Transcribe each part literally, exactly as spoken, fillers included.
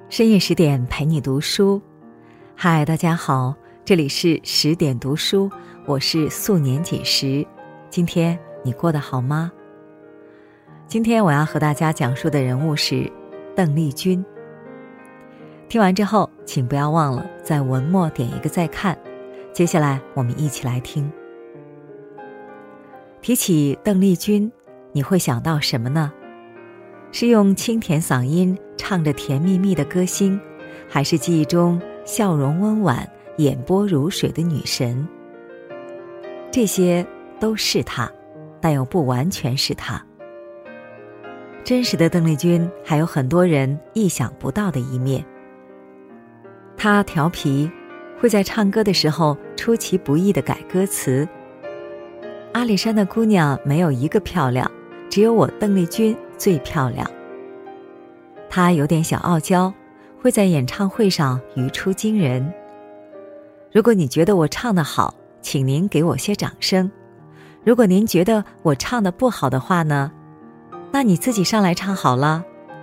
深夜十点陪你读书。嗨，大家好，这里是十点读书，我是素年锦时。今天你过得好吗？今天我要和大家讲述的人物是邓丽君。听完之后，请不要忘了在文末点一个再看。接下来我们一起来听。提起邓丽君，你会想到什么呢？是用清甜嗓音唱着甜蜜蜜的歌星，还是记忆中笑容温婉、眼波如水的女神？这些都是她，但又不完全是她。真实的邓丽君还有很多人意想不到的一面。她调皮，会在唱歌的时候出其不意地改歌词。阿里山的姑娘没有一个漂亮，只有我邓丽君最漂亮。她有点小傲娇，会在演唱会上语出惊人。如果你觉得我唱得好，请您给我些掌声。如果您觉得我唱得不好的话呢，那你自己上来唱好了。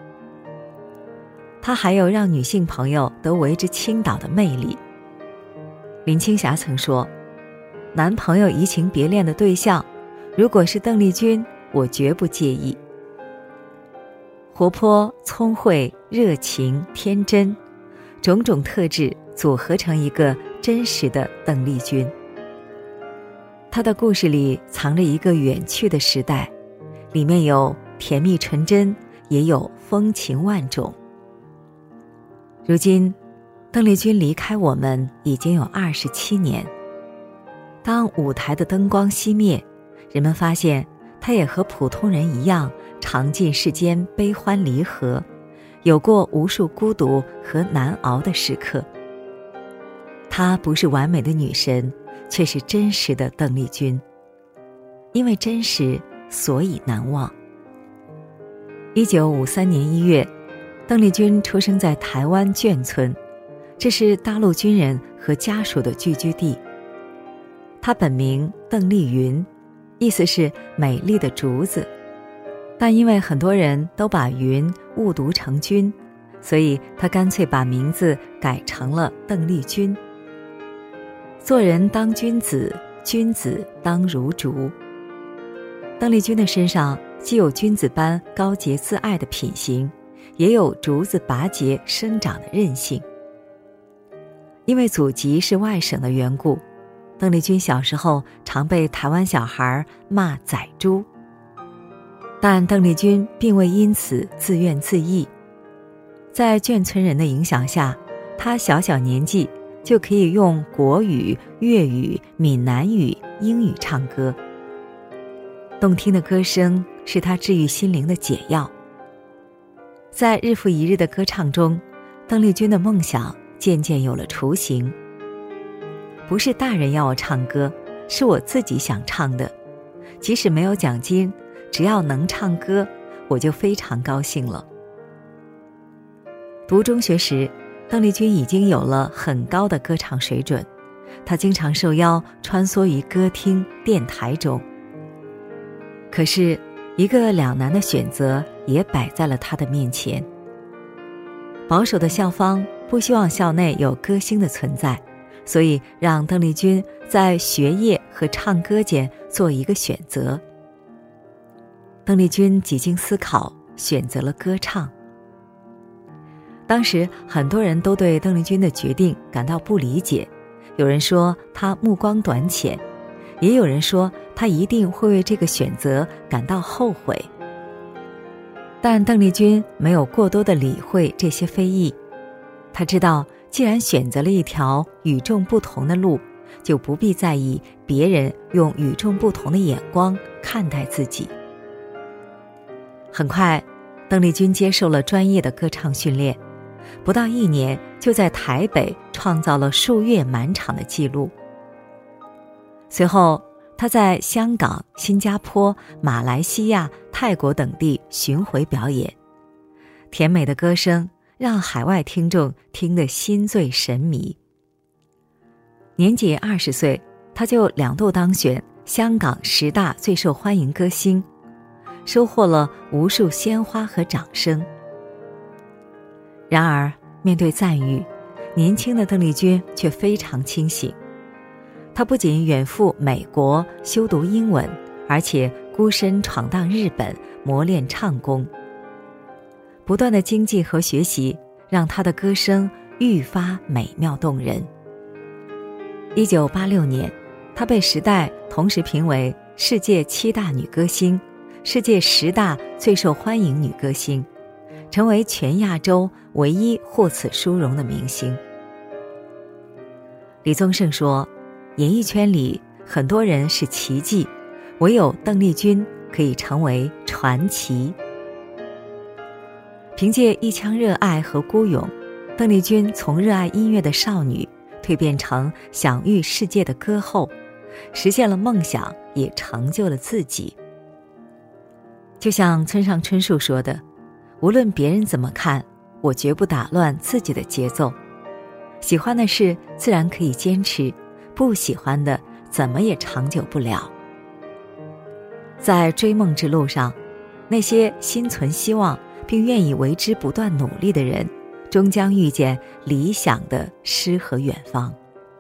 她还有让女性朋友都为之倾倒的魅力。林青霞曾说，男朋友移情别恋的对象，如果是邓丽君，我绝不介意。活泼、聪慧、热情、天真，种种特质组合成一个真实的邓丽君。她的故事里藏着一个远去的时代，里面有甜蜜纯真，也有风情万种。如今，邓丽君离开我们已经有二十七年。当舞台的灯光熄灭，人们发现她也和普通人一样，尝尽世间悲欢离合，有过无数孤独和难熬的时刻。她不是完美的女神，却是真实的邓丽君。因为真实，所以难忘。一九五三年一月，邓丽君出生在台湾眷村，这是大陆军人和家属的聚居地。她本名邓丽云，意思是美丽的竹子，但因为很多人都把云误读成君，所以她干脆把名字改成了邓丽君。做人当君子，君子当如竹。邓丽君的身上既有君子般高洁自爱的品行，也有竹子拔节生长的韧性。因为祖籍是外省的缘故，邓丽君小时候常被台湾小孩骂宰猪，但邓丽君并未因此自怨自艾。在眷村人的影响下，她小小年纪就可以用国语、粤语、闽南语、英语唱歌。动听的歌声是她治愈心灵的解药。在日复一日的歌唱中，邓丽君的梦想渐渐有了雏形。不是大人要我唱歌，是我自己想唱的。即使没有奖金，只要能唱歌，我就非常高兴了。读中学时，邓丽君已经有了很高的歌唱水准，她经常受邀穿梭于歌厅、电台中。可是，一个两难的选择也摆在了她的面前。保守的校方不希望校内有歌星的存在，所以让邓丽君在学业和唱歌间做一个选择。邓丽君几经思考，选择了歌唱。当时很多人都对邓丽君的决定感到不理解，有人说她目光短浅，也有人说她一定会为这个选择感到后悔。但邓丽君没有过多的理会这些非议，她知道既然选择了一条与众不同的路，就不必在意别人用与众不同的眼光看待自己。很快，邓丽君接受了专业的歌唱训练，不到一年就在台北创造了数月满场的记录。随后，她在香港、新加坡、马来西亚、泰国等地巡回表演，甜美的歌声让海外听众听得心醉神迷。年仅二十岁，她就两度当选香港十大最受欢迎歌星，收获了无数鲜花和掌声。然而， 面对赞誉，年轻的邓丽君却非常清醒。她不仅远赴美国修读英文，而且孤身闯荡日本，磨练唱功。不断的精进和学习，让她的歌声愈发美妙动人。一九八六年，她被《时代》同时评为世界七大女歌星、世界十大最受欢迎女歌星，成为全亚洲唯一获此殊荣的明星。李宗盛说，演艺圈里很多人是奇迹，唯有邓丽君可以成为传奇。凭借一腔热爱和孤勇，邓丽君从热爱音乐的少女蜕变成享誉世界的歌后，实现了梦想，也成就了自己。就像村上春树说的，无论别人怎么看，我绝不打乱自己的节奏。喜欢的事自然可以坚持，不喜欢的怎么也长久不了。在追梦之路上，那些心存希望并愿意为之不断努力的人，终将遇见理想的诗和远方。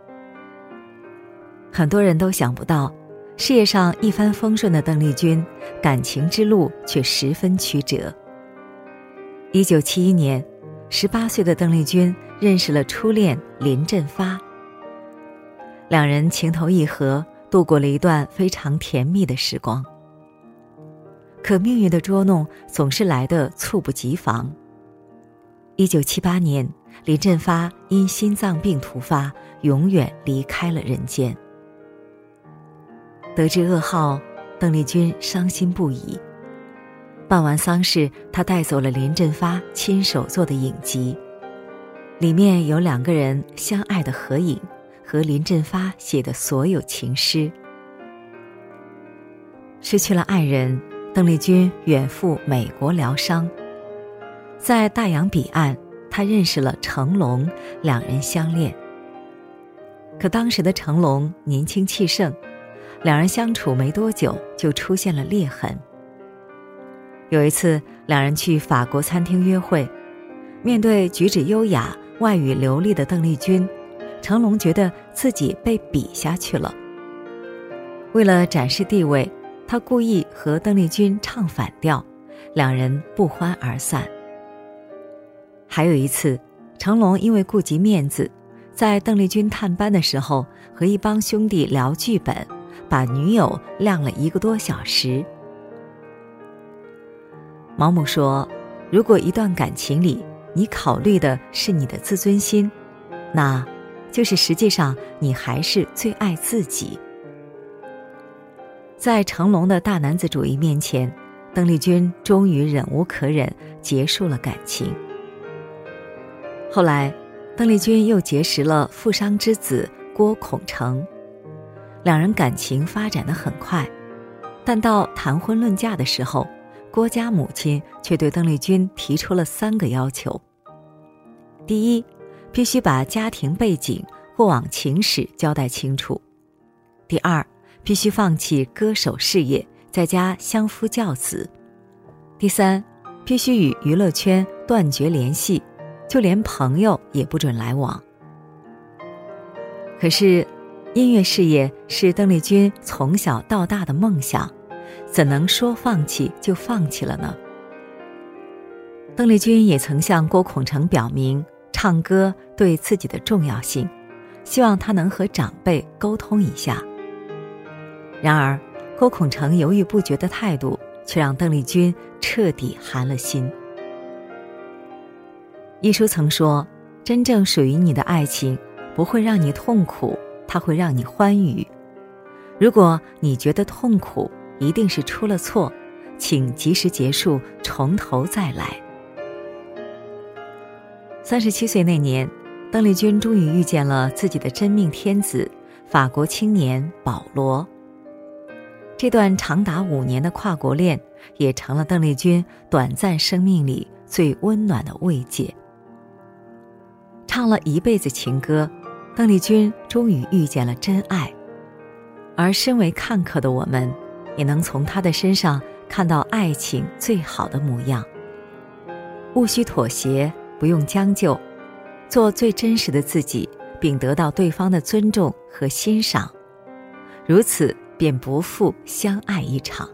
很多人都想不到，事业上一帆风顺的邓丽君，感情之路却十分曲折。一九七一年，十八岁的邓丽君认识了初恋林振发，两人情投意合，度过了一段非常甜蜜的时光。可命运的捉弄总是来得猝不及防。一九七八年，林振发因心脏病突发，永远离开了人间。得知噩耗，邓丽君伤心不已。办完丧事，她带走了林振发亲手做的影集，里面有两个人相爱的合影和林振发写的所有情诗。失去了爱人，邓丽君远赴美国疗伤。在大洋彼岸，她认识了成龙，两人相恋。可当时的成龙年轻气盛，两人相处没多久就出现了裂痕。有一次，两人去法国餐厅约会，面对举止优雅、外语流利的邓丽君，成龙觉得自己被比下去了。为了展示地位，他故意和邓丽君唱反调，两人不欢而散。还有一次，成龙因为顾及面子，在邓丽君探班的时候和一帮兄弟聊剧本，把女友晾了一个多小时。毛姆说，如果一段感情里你考虑的是你的自尊心，那就是实际上你还是最爱自己。在成龙的大男子主义面前，邓丽君终于忍无可忍，结束了感情。后来，邓丽君又结识了富商之子郭孔成，两人感情发展得很快，但到谈婚论嫁的时候，郭家母亲却对邓丽君提出了三个要求。第一，必须把家庭背景、过往情史交代清楚。第二，必须放弃歌手事业，在家相夫教子。第三，必须与娱乐圈断绝联系，就连朋友也不准来往。可是，音乐事业是邓丽君从小到大的梦想，怎能说放弃就放弃了呢？邓丽君也曾向郭孔成表明唱歌对自己的重要性，希望他能和长辈沟通一下。然而，郭孔成犹豫不决的态度却让邓丽君彻底寒了心。一书曾说，真正属于你的爱情不会让你痛苦，它会让你欢愉。如果你觉得痛苦，一定是出了错，请及时结束，从头再来。三十七岁那年，邓丽君终于遇见了自己的真命天子，法国青年保罗。这段长达五年的跨国恋，也成了邓丽君短暂生命里最温暖的慰藉。唱了一辈子情歌，邓丽君终于遇见了真爱。而身为看客的我们，也能从她的身上看到爱情最好的模样。勿需妥协，不用将就， 做最真实的自己，并得到对方的尊重和欣赏，如此便不负相爱一场。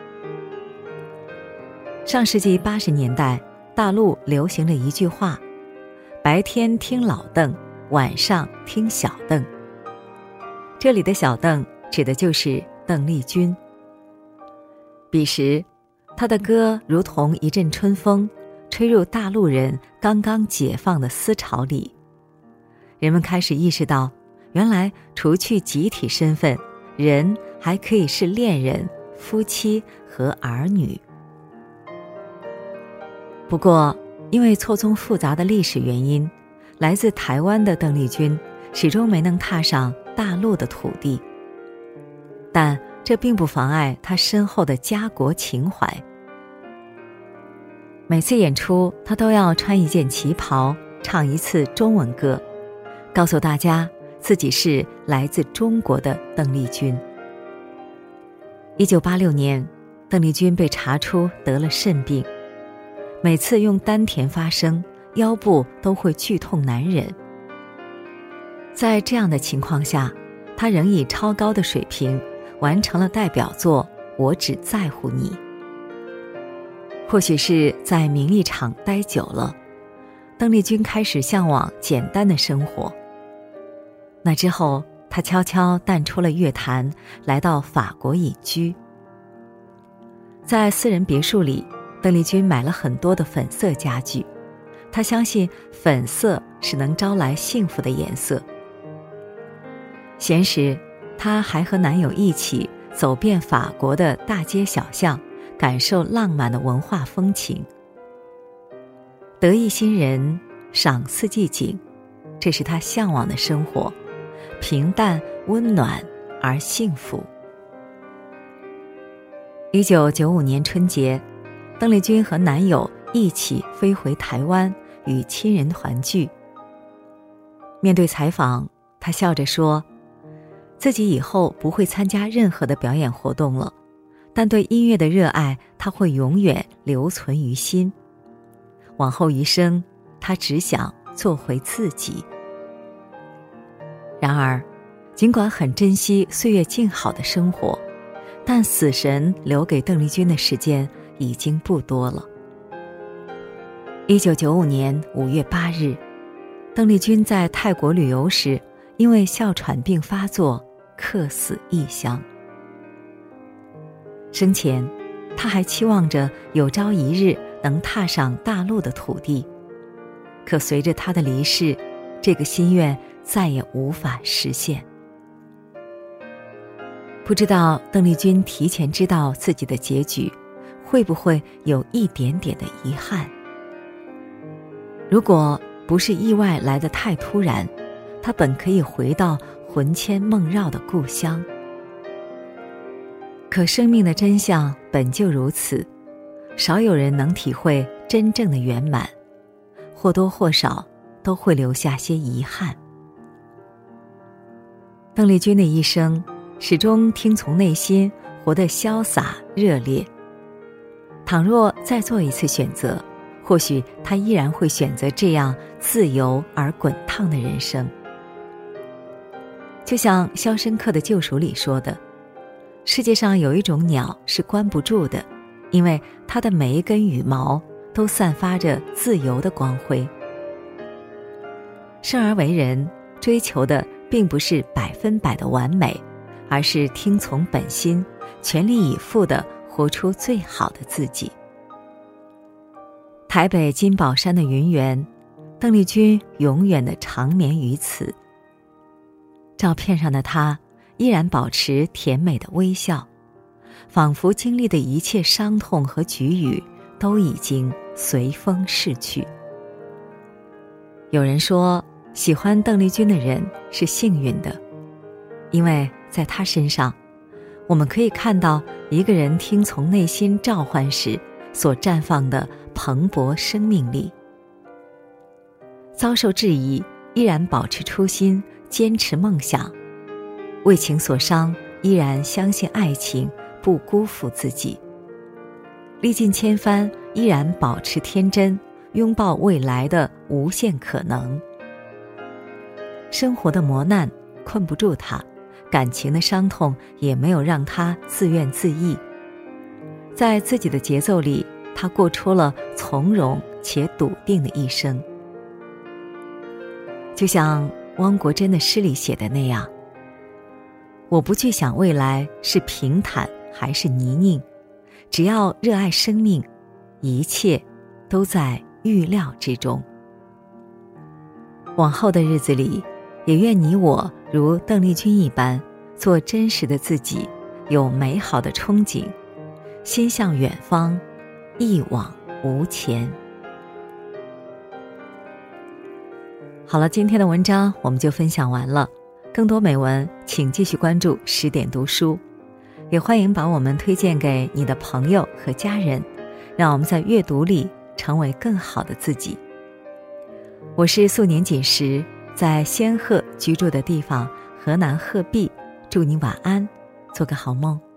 上世纪八十年代，大陆流行了一句话：白天听老邓，晚上听小邓。这里的小邓指的就是邓丽君。彼时，她的歌如同一阵春风，吹入大陆人刚刚解放的思潮里。人们开始意识到，原来除去集体身份，人还可以是恋人、夫妻和儿女。不过，因为错综复杂的历史原因，来自台湾的邓丽君始终没能踏上大陆的土地。但这并不妨碍她深厚的家国情怀。每次演出，她都要穿一件旗袍，唱一次中文歌，告诉大家自己是来自中国的邓丽君。一九八六年，邓丽君被查出得了肾病，每次用丹田发声，腰部都会剧痛难忍。在这样的情况下，她仍以超高的水平完成了代表作《我只在乎你》。或许是在名利场待久了，邓丽君开始向往简单的生活。那之后，她悄悄淡出了乐坛，来到法国隐居。在私人别墅里，邓丽君买了很多的粉色家具，她相信粉色是能招来幸福的颜色。闲时，她还和男友一起走遍法国的大街小巷，感受浪漫的文化风情。得意新人，赏四季景，这是她向往的生活，平淡、温暖而幸福。一九九五年春节，邓丽君和男友一起飞回台湾，与亲人团聚。面对采访，她笑着说，自己以后不会参加任何的表演活动了，但对音乐的热爱，她会永远留存于心。往后余生，她只想做回自己。然而，尽管很珍惜岁月静好的生活，但死神留给邓丽君的时间已经不多了。一九九五年五月八日，邓丽君在泰国旅游时，因为哮喘病发作，客死异乡。生前，她还期望着有朝一日能踏上大陆的土地，可随着她的离世，这个心愿再也无法实现。不知道邓丽君提前知道自己的结局，会不会有一点点的遗憾？如果不是意外来得太突然，她本可以回到魂牵梦绕的故乡。可生命的真相本就如此，少有人能体会真正的圆满，或多或少都会留下些遗憾。邓丽君的一生始终听从内心，活得潇洒热烈。倘若再做一次选择，或许她依然会选择这样自由而滚烫的人生。就像《肖申克的救赎》里说的，世界上有一种鸟是关不住的，因为它的每一根羽毛都散发着自由的光辉。生而为人，追求的并不是百分百的完美，而是听从本心，全力以赴地活出最好的自己。台北金宝山的云园，邓丽君永远的长眠于此。照片上的她依然保持甜美的微笑，仿佛经历的一切伤痛和局域都已经随风逝去。有人说，喜欢邓丽君的人是幸运的，因为在她身上，我们可以看到一个人听从内心召唤时所绽放的蓬勃生命力。遭受质疑，依然保持初心，坚持梦想；为情所伤，依然相信爱情，不辜负自己；历尽千帆，依然保持天真，拥抱未来的无限可能。 生活的磨难困不住他，感情的伤痛也没有让他自怨自艾。在自己的节奏里，他过出了从容且笃定的一生。就像汪国真的诗里写的那样，我不去想未来是平坦还是泥泞，只要热爱生命，一切都在预料之中。往后的日子里，也愿你我如邓丽君一般，做真实的自己，有美好的憧憬，心向远方，一往无前。好了，今天的文章我们就分享完了。更多美文，请继续关注十点读书，也欢迎把我们推荐给你的朋友和家人，让我们在阅读里成为更好的自己。我是素年锦时，在仙鹤居住的地方河南鹤壁，祝你晚安，做个好梦。